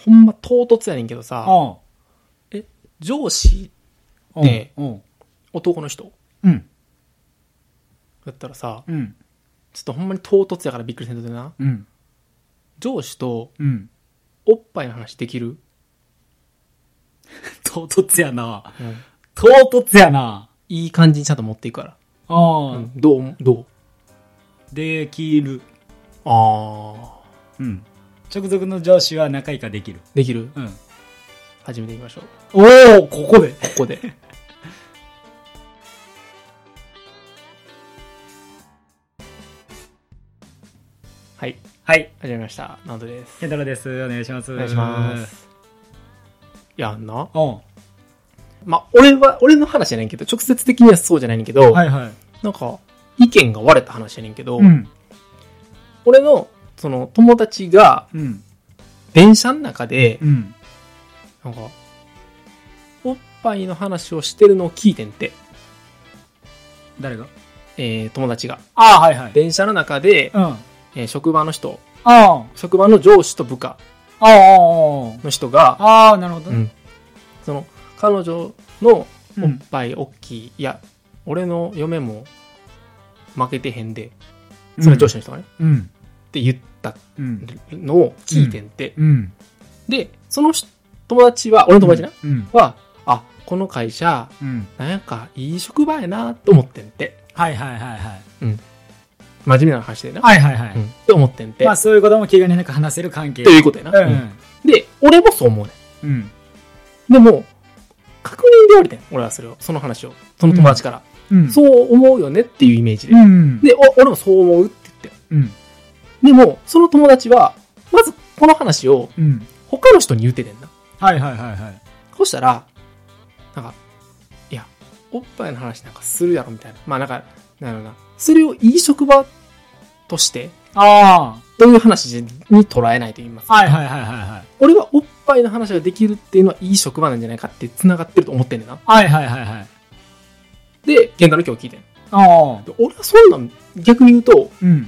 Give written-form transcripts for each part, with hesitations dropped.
ほんま唐突やねんけどさ、 うん。 上司ってうん。 男の人うん。 だったらさ、 うん。 ちょっとほんまに唐突やからびっくりせんとでな。 うん。 上司とうん。 おっぱいの話できる？ 唐突やな。 うん。 唐突やな。 いい感じにちゃんと持っていくから。 ああ、 うん。どうできる。 あうん。直属の上司は仲いいかできる。 できる？ うん。 始めていきましょう。 おお、ここで。 ここで。はい。 はい。 始めました。ナオトです。 ケンタロウです。お願いします。 お願いします。いやんな。 おまあ、俺の話じゃないけど、直接的にはそうじゃないねんけど、 はいはい。 なんか、意見が割れた話やねんけど、 うん。 俺の、その、友達が、 うん。 電車の中で、 うん。 なんか、おっぱいの話をしてるのを聞いてんて、 誰が？ 友達が。 ああ、はいはい。 電車の中で、 うん。あ職場の人、 あ。 職場の上司と部下ああ。 の人が、 ああ、なるほどね。 うん、その、彼女のおっうん。 ぱい大きい、いや、俺の嫁も負けてへんで、それは上司の人がね、 うん。 って言ったうん。 のを聞いてんて、 うん。 で、その友達は、俺の友達な、 うん。 は、あ、この会社、 うん。 なんかいい職場やなと思ってんて。 はいはいはいはい。 真面目な話でな。 はいはいはい。 って思ってんて。 まあそういうことも気兼ねなく話せる関係。 ということやな。 うん。 で、俺もそう思うねうん。 ん。でも、確認で言われてん。俺はそれを、その話を。その友達から。 うん。 そう思うよねっていうイメージで。 うん。 で、俺もそう思うって言って。 うん。 でも、その友達は、まずこの話をうん。 他の人に言っててんな。 はいはいはいはい。 そしたら、なんか、いや、おっぱいの話なんかするやろみたいな。まあなんか、なんだろうな。それをいい職場として、 あという話に捉えないと言いますあ。はいはいはいはいはい。 俺はおっぱいの話ができるっていうのはいい職場なんじゃないかって繋がってると思ってんねんな。 はいはいはいはい。 で、健太の今日聞いてん。 ああ。 で俺はそんなん逆に言うと、 うん。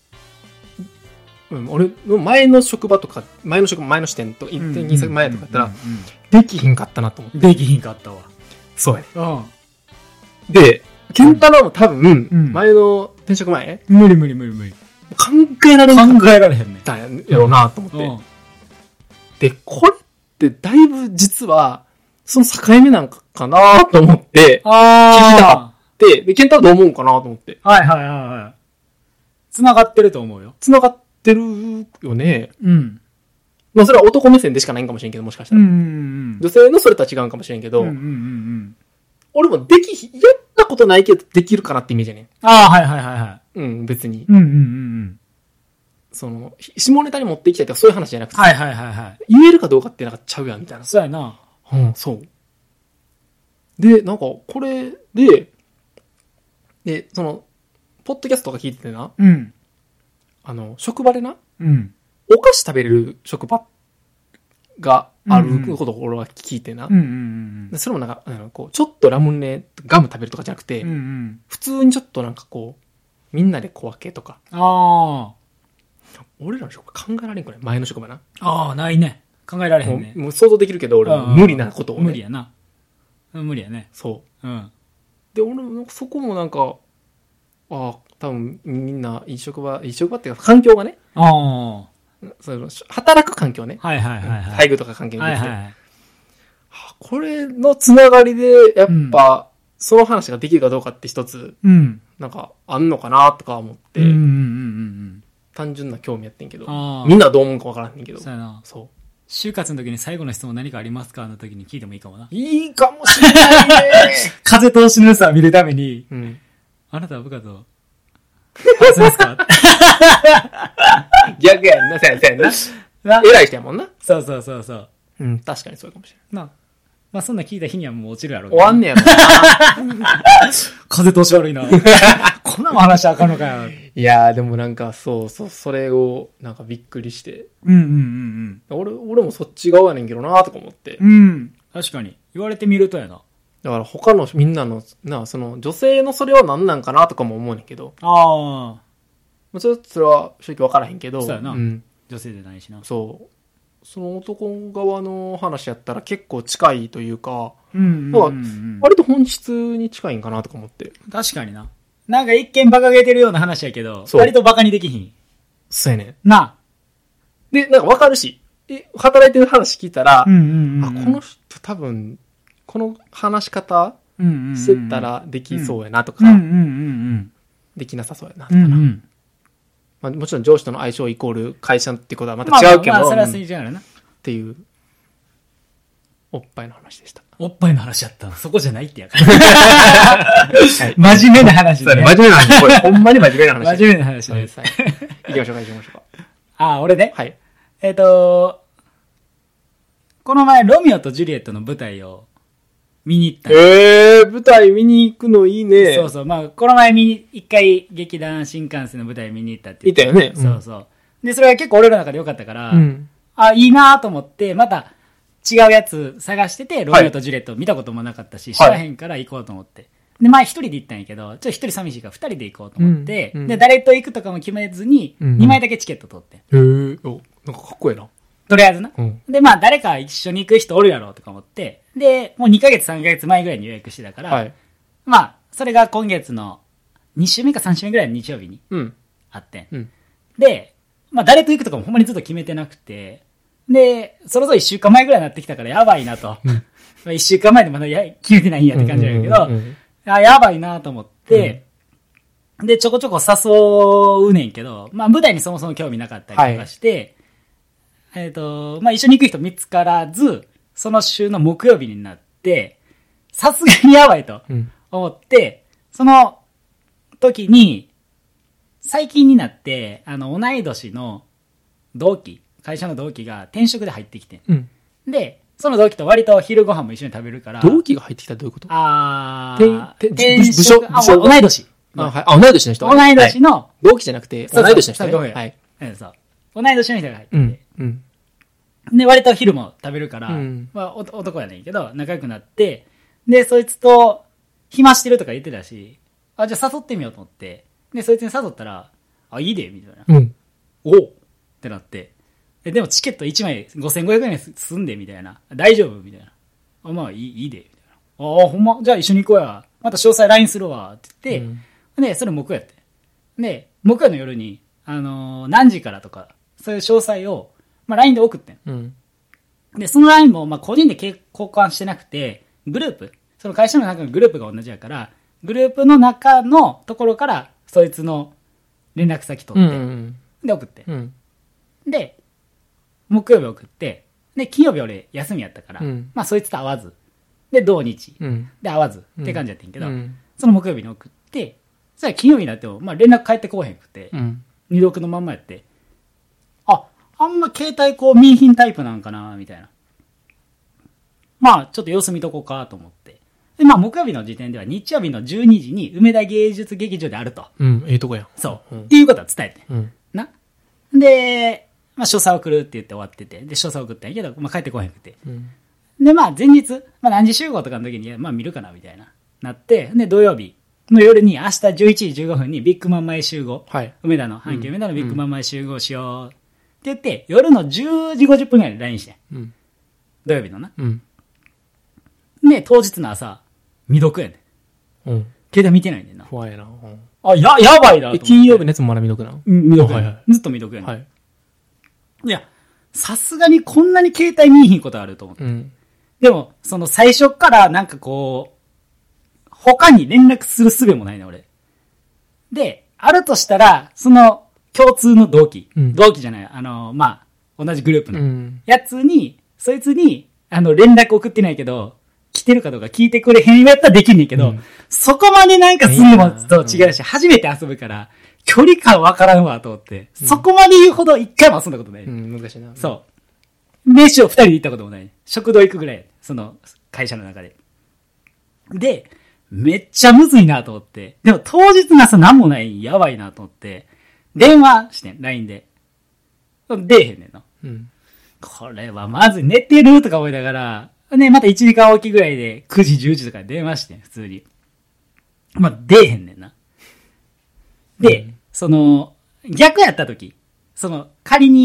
俺の前の職場とか、前の支店とか、1.2作前とかやったら、できひんかったなと思って。 できひんかったわ。 そうやね。 うん。 で、健太郎も多分、 うん前の転職前、 無理無理無理無理。 考えられんかっ考えられへんね。 たんやろうなと思って。 うん。 で、これってだいぶ実は、その境目なんかなと思って、 ああ。 で、健太郎どう思うんかなと思って。 はいはいはいはい。繋がってると思うよ。 繋がってるよね。 うん。 まあそれは男目線でしかないんかもしれんけど、もしかしたら。 ん女性のそれとは違うんかもしれんけど、 うんうんうん。 俺もやったことないけどできるかなってイメージやねああ、はいはいはいはい。 ん。別に。 うんうんうんうん。 その、下ネタに持っていきたいとかそういう話じゃなくて、 はいはいはいはい。 言えるかどうかってなんかちゃうやん、みたいな。 そうやな。 そう。で、なんか、これで、その、ポッドキャストとか聞いててな、 うん。 職場でな、 うん。 お菓子食べれる職場があることを俺は聞いてな。 うんうんでそれもなんか、こう、ちょっとラムネ、ガム食べるとかじゃなくて、 うん。うんうん。 普通にちょっとなんかこう、みんなで小分けとか。 あ俺らの職場考えられんくない？前の職場な。 あ。ああ、ないね。考えられへんね。 もう想像できるけど、俺は無理なことをね。 無理やな。無理やね。 そう。 うん。 で、俺もそこもなんか、多分みんないい職場っていうか環境がね、 あその働く環境ね。 あ。はいはいはいはい。 待遇とか関係はいなくて。 はい。 これのつながりで、やっぱ、その話ができるかどうかって一つ、 うん。 なんか、あんのかなとか思って、 うんうんうん単純な興味やってんけど、 あーみんなどう思うかわからんねんけど、 そうやな。 そ就活の時に最後の質問何かありますかの時に聞いてもいいかもな。 う。いいかもしれないね。 風通しの良さを見るために、 うん。 あなたは部下と、話せますか逆やんな、先生な。 な偉い人やもんな。 そうそうそうそう。 うん、確かにそうかもしれない。 なまあそんな聞いた日にはもう落ちるやろう終わんねやろな。 風通し悪いな。こんなもん話しあかんのかよ。 いやー、でもなんか、そう、それを、なんかびっくりして。 うんうん俺もそっち側やねんけどなーとか思って。 うんうん。うん。確かに。言われてみるとやな。 だから他のみんなの、その女性のそれは何なんかなとかも思うねんけど。 ああ。 それは正直分からへんけど。 そうやなうん。 女性でないしな。 そう。 その男側の話やったら結構近いというか、 うんうんうんうん。 割と本質に近いんかなとか思って。 確かにな。なんか一見馬鹿げてるような話やけど、 そう割と馬鹿にできひん。 そうやね。 な。 で、なんかわかるし、働いてる話聞いたら、 うんうんうんうん。 あ、この人多分、この話し方うんうんうん、 してたらできそうやなとか、 うんうんうんうん。 できなさそうやなとかな。 うんうん。 まあ、もちろん上司との相性イコール会社ってことはまた違うけど、 まあそれはっ違うな。 ていう、おっぱいの話でした。 おっぱいの話やったの。そこじゃないってやから。真面目な話ね。 真面目な話。これほんまに真面目な話。 真面目な話です。 はい。行きましょうか、行きましょうか。 あ、俺ね。 はい。 この前、ロミオとジュリエットの舞台を見に行った。 舞台見に行くのいいね。 そうそう。まあ、この前一回劇団新幹線の舞台見に行ったって言ったよね。 そうそう。で、それは結構俺の中で良かったから、 うん、 あ、いいなと思って、また違うやつ探してて、ロミオとジュリエット見たこともなかったし、知らへんから行こうと思って。で、前一人で行ったんやけど、ちょっと一人寂しいから二人で行こうと思って、で、誰と行くとかも決めずに、2枚だけチケット取って。 お、なんかかっこいいな。 とりあえずな。で、まあ、誰か一緒に行く人おるやろうとか思って、で、もう2ヶ月3ヶ月前ぐらいに予約してたから、まあ、それが今月の2週目か3週目ぐらいの日曜日にあって、で、まあ、誰と行くとかもほんまにずっと決めてなくて、で、そろそろ1週間前ぐらいになってきたからやばいなと。1週間前でまだ決めてないんやって感じだけど、やばいなと思って、で、ちょこちょこ誘うねんけど、まあ、舞台にそもそも興味なかったりとかして、まあ、一緒に行く人見つからず、その週の木曜日になって、さすがにやばいと思って、その時に、最近になって、同い年の会社の同期が転職で入ってきて、で、その同期と割と昼ご飯も一緒に食べるから。 同期が入ってきたらどういうこと？ 転職、同い年。 はい。同い年の人。 同い年の。 同期じゃなくて、同い年の人ね。 はい。そう。同い年の人が入ってて。で、割と昼も食べるから、まあ、男やねんけど、仲良くなって、で、そいつと、暇してるとか言ってたし、あ、じゃあ誘ってみようと思って、で、そいつに誘ったら、あ、いいで、みたいな。おってなって、でもチケット1枚5500円済んで、みたいな。大丈夫みたいな。あ、まあ、いいで、みたいな。あ、ほんまじゃあ一緒に行こうや。また詳細 LINE するわ、って言って、で、それ木曜やって。で、木曜の夜に、何時からとか、そういう詳細を、まあ、LINE で送ってん。で、その LINE も、まあ、個人で交換してなくて、グループ、その会社の中のグループが同じやから、グループの中のところから、そいつの連絡先取って、で、送って。で、木曜日送って、で、金曜日俺休みやったから、まあ、そいつと会わず、で、土日、で、会わず、って感じやってんけど、その木曜日に送って、そしたら金曜日になっても、まあ、連絡返ってこうへんくて、未読のまんまやって、あんま携帯こう見品タイプなんかなみたいな。まあ、ちょっと様子見とこうかと思って。で、まあ、木曜日の時点では日曜日の12時に梅田芸術劇場であると。 ええとこや。 そう。っていうことは伝えて。な。で、まあ、詳細送るって言って終わってて。で、詳細送ったんやけど、まあ、帰ってこへんくて。で、まあ、前日、まあ、何時集合とかの時に、まあ、見るかなみたいな。なって、で、土曜日の夜に明日11時15分にビッグマン前集合。梅田の、阪急梅田のビッグマン前集合しよう。って言って、夜の10時50分ぐらいに LINE して。土曜日のな。で、当日の朝、未読やねん。携帯見てないねんな。 怖いな。 あ、やばいな。 金曜日のやつもまだ未読な。 未読やねん。ずっと未読やねん。いや、さすがにこんなに携帯見えひんことあると思って。でも、その最初からなんかこう、他に連絡する術もないね、俺。で、あるとしたら、その、共通の同期じゃない、まあ、同じグループのやつに、そいつに、連絡送ってないけど、来てるかどうか聞いてくれへんやったらできんねんけど、そこまでなんかすんのもと違うし、初めて遊ぶから、距離感わからんわと思って、そこまで言うほど一回も遊んだことない。 難しいな。 そう。飯を二人で行ったこともない。食堂行くぐらい、その会社の中で。で、めっちゃむずいなと思って、でも当日の朝何もない、やばいなと思って、電話してん、LINE で。出えへんねんな。これはまず寝てるとか思いながら、ね、また1時間おきぐらいで9時、10時とかで電話してん、普通に。まあ、出えへんねんな。で、その、逆やった時、その、仮に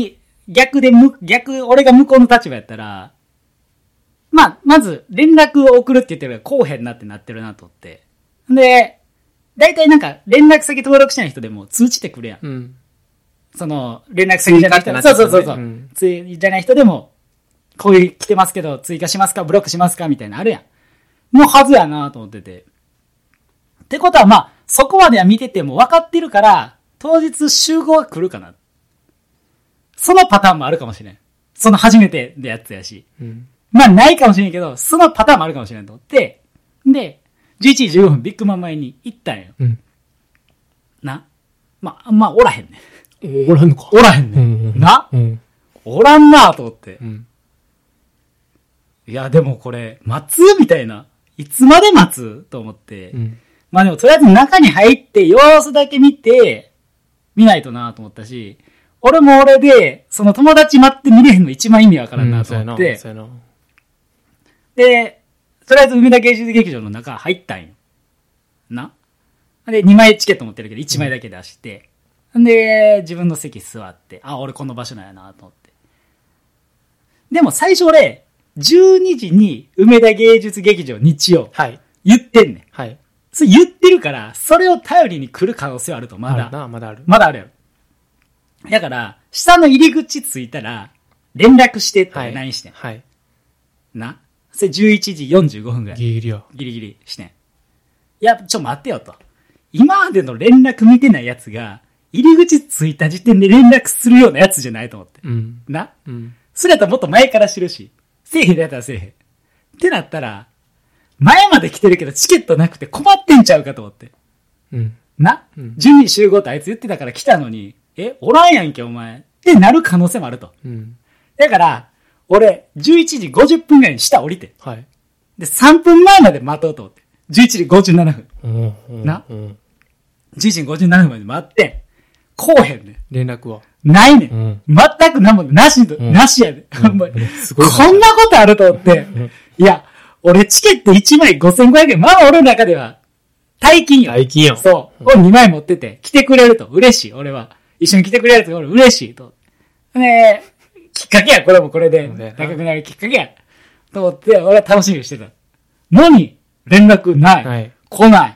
俺が向こうの立場やったら、まず連絡を送るって言ってるからこうへんなってなってるなと思って。で、大体なんか連絡先登録してない人でも通知ってくるやん。 うん。 その、連絡先じゃない人、そう。うん、じゃない人でも、こういう来てますけど、追加しますかブロックしますかみたいなあるやん。のはずやなと思ってて。ってことはそこまでは見てても分かってるから、当日集合が来るかな。そのパターンもあるかもしれん。その初めてのやつやし。 うん、 ないかもしれんけど、そのパターンもあるかもしれんと思って、で、11時15分ビッグマン前に行ったんよ。 うん、 な。おらへんね。 おらんのか。 おらへんね。 うん、 な、 うん、 おらんなと思って。 うん、 いや、でもこれ、待つみたいな。いつまで待つと思って。 うん、 でもとりあえず中に入って様子だけ見ないとなと思ったし、俺も俺で、その友達待って見れへんの一番意味わからんなと思って。 そうやな。 で、とりあえず梅田芸術劇場の中入ったんよ。な。で、2枚チケット持ってるけど、1枚だけ出して、で、自分の席座って、俺この場所なんやなと思って。でも最初俺、12時に梅田芸術劇場日曜。 はい。 言ってんねん。 はい。 それ言ってるから、それを頼りに来る可能性はあると、まだ。 まだある。 まだあるやろ。だから、下の入り口着いたら、連絡してって LINE してん。 はい。 な。それ11時45分ぐらい。 ギリギリよ。 ギリギリしてん。いや、待ってよと。今までの連絡見てないやつが、入り口着いた時点で連絡するようなやつじゃないと思って。 うん。 な。 うん。 それやったらもっと前から知るし。せえへんだったらせえへん。ってなったら、前まで来てるけどチケットなくて困ってんちゃうかと思って。 うん。 な、 うん、 順に集合ってあいつ言ってたから来たのに、おらんやんけお前。ってなる可能性もあると。 うん。 だから、俺、11時50分ぐらいに下降りて。 はい。 で、3分前まで待とうと思って。11時57分。な、 うん。 11時57分まで待って、こうへんねん。 連絡はないねん。全く何もなしやで。こんなことあると思って。いや、俺チケット1枚5500円。俺の中では、大金よ。 大金よ。 そう。俺2枚持ってて、来てくれると。嬉しい。俺は。一緒に来てくれると。俺嬉しいと。ねきっかけや。これもこれで。仲良くなるきっかけや。と思って、俺は楽しみにしてた。のに、連絡ない。 はい。 来ない。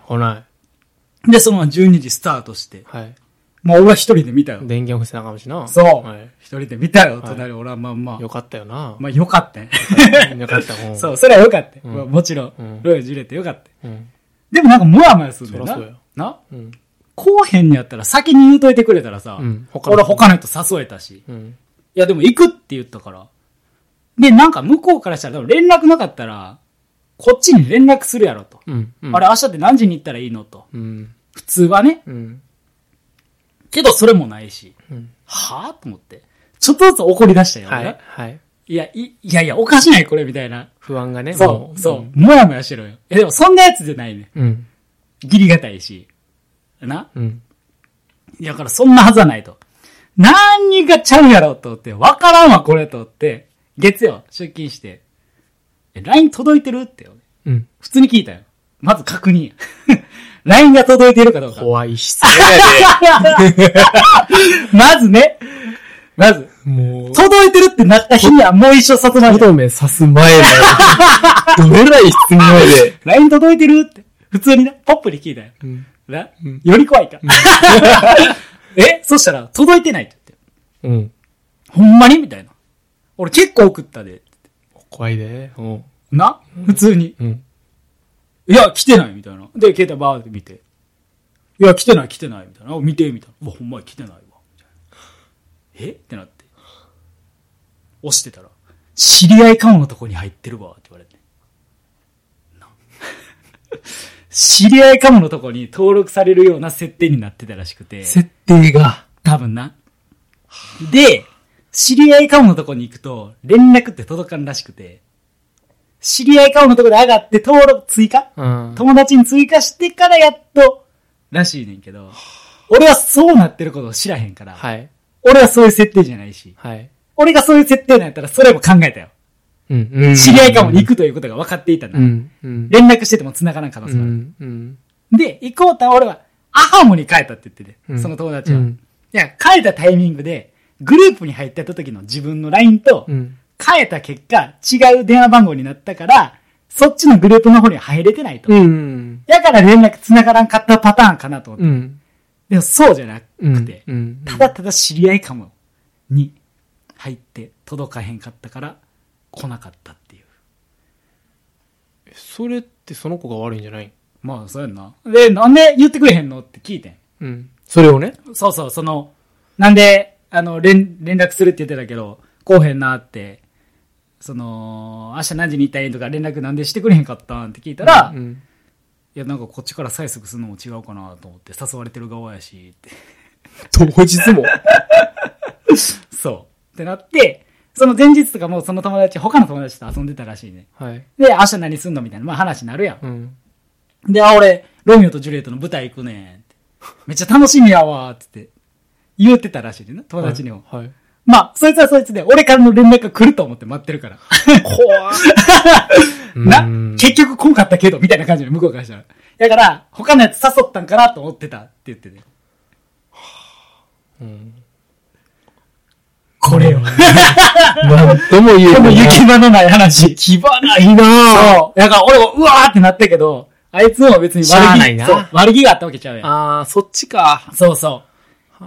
で、そのまま12時スタートして。 はい。 俺は一人で見たよ。 電源干せなかもしな。 そう。はい。一人で見たよ。隣、俺はよかったよな。 よかったよ。 よかった。 そう、それはよかった。もちろん。ロイじれてよかった。でももやもやするんだよな。そうよ。な。こうへんにやったら先に言うといてくれたらさ、俺他の人誘えたし。いやでも行くって言ったから。で、向こうからしたら連絡なかったら、こっちに連絡するやろと。あれ明日って何時に行ったらいいのと。普通はね。けどそれもないし。はぁと思って。ちょっとずつ怒り出したよ。 はい。 いや、おかしないこれみたいな。 不安がね。 そう。もやもやしてるよ。でもそんなやつじゃないね。ギリがたいし。な。だからそんなはずはないと。何がちゃうやろと思って、わからんわこれと思って、月曜出勤して、LINE 届いてるって。普通に聞いたよ。まず確認。LINE が届いてるかどうか。 怖い質問やで。まず。もう。届いてるってなった日にはもう一生さす前。 とどめ刺す前だよ。どれらい質問やで。 LINE 届いてるって。普通にポップに聞いたよ。より怖いか。そしたら、届いてないって言って。ほんまにみたいな。俺結構送ったで。 怖いで。 な普通に。いや、来てないみたいな。で、携帯バーって見て。いや、来てないみたいな。見て、みたいな。ほんまに来てないわ。みたいな。ってなって。押してたら、知り合いかものとこに入ってるわ。って言われて。知り合いかものとこに登録されるような設定になってたらしくて。 設定が。 多分な。で、知り合いかものとこに行くと、連絡って届かんらしくて。知り合いかものとこで上がって登録追加、友達に追加してからやっと、らしいねんけど、俺はそうなってることを知らへんから、俺はそういう設定じゃないし、俺がそういう設定なんやったらそれも考えたよ。知り合いかもに行くということが分かっていたな。連絡してても繋がらん可能性もある。で、行こうと俺は、アハモに帰ったって言ってて、その友達は。いや、帰ったタイミングで、 グループに入ってた時の自分の LINE と、変えた結果、違う電話番号になったから、そっちのグループの方には入れてないと。だから連絡繋がらんかったパターンかなと思って。でもそうじゃなくて、ただただ知り合いかもに入って届かへんかったから来なかったっていう。 それってその子が悪いんじゃない？ まあそうやんな。で、なんで言ってくれへんのって聞いてん。それをね。 そうそう、なんで、連絡するって言ってたけど、来おへんなって、明日何時に行ったらいいとか連絡なんでしてくれへんかったんって聞いたら、いや、なんかこっちから催促するのも違うかなと思って、誘われてる側やし、って。 当日もそう。ってなって、その前日とかもその友達、他の友達と遊んでたらしいね。 はい。 で、明日何すんのみたいな、まあ話になるやん。で、俺、ロミオとジュリエットの舞台行くねんって。めっちゃ楽しみやわーって言ってたらしいねな、友達にも。はい。まあ、そいつはそいつで、俺からの連絡が来ると思って待ってるから。怖結局来んかったけど、みたいな感じで向こうからしたら。だから、他のやつ誘ったんかなと思ってたって言ってて。これよ。 なんとも言えない。 この行き場のない話。 行き場ないなぁ。 そう。だから俺も、うわーってなったけど、あいつも別に悪気があったわけちゃうやん。 ああ、そっちか。 そうそう。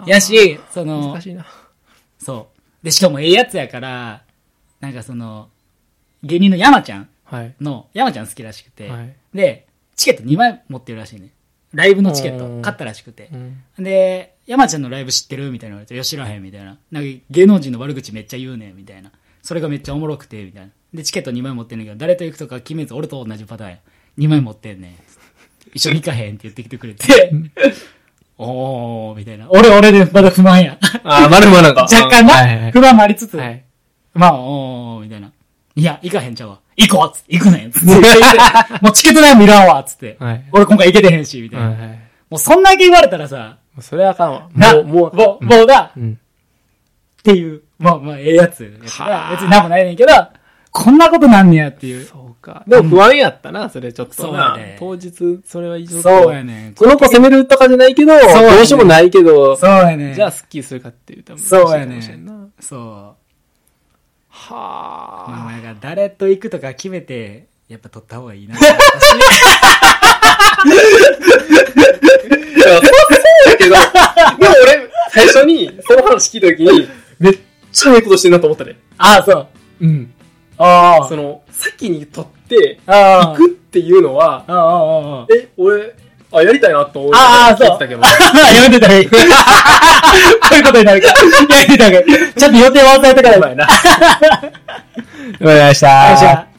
やし、 難しいな。 そう。で、しかもええやつやから、なんか芸人の山ちゃんの、山ちゃん好きらしくて、で、チケット2枚持ってるらしいね。ライブのチケット買ったらしくて。で、山ちゃんのライブ知ってるみたいな言われて、いや知らへんみたいな。なんか芸能人の悪口めっちゃ言うねんみたいな。それがめっちゃおもろくて、みたいな。で、チケット2枚持ってんねんけど、誰と行くとか決めず俺と同じパターンや。2枚持ってんねん。一緒に行かへんって言ってきてくれて、おー、みたいな。俺でまだ不満や。 あー、まだまだか。 若干な、不満もありつつ、まあ、おー、みたいな。いや、行かへんちゃうわ。行こうっつって、行くねんつって。もうチケット代もいらんわっつって。俺今回行けてへんし、みたいな。もうそんだけ言われたらさ、 それはあかんわ。 もうだ、っていう、まあ、ええやつやから、別になんもないねんけど、こんなことなんねやっていう。 そうか。でも不安やったな、それちょっと。そうやね。当日、それは異常。 そうやね。 この子責めるとかじゃないけど、どうしようもないけど、 そうやね。 じゃあスッキリするかっていうとそうやね。そう。 はあ。 まあなんか誰と行くとか決めて、やっぱ取った方がいいな。 そうだけど、でも俺、最初にその話聞いたときに、めっちゃいいことしてるなと思ったね。 ああ、そう。 うん。 ああ。 先に取って、行くっていうのは、俺、やりたいなと思ってたけど。 やめてたらいい。こういうことになるから。やめてたらいい。ちょっと予定忘れたから。 うまいな。わかりました。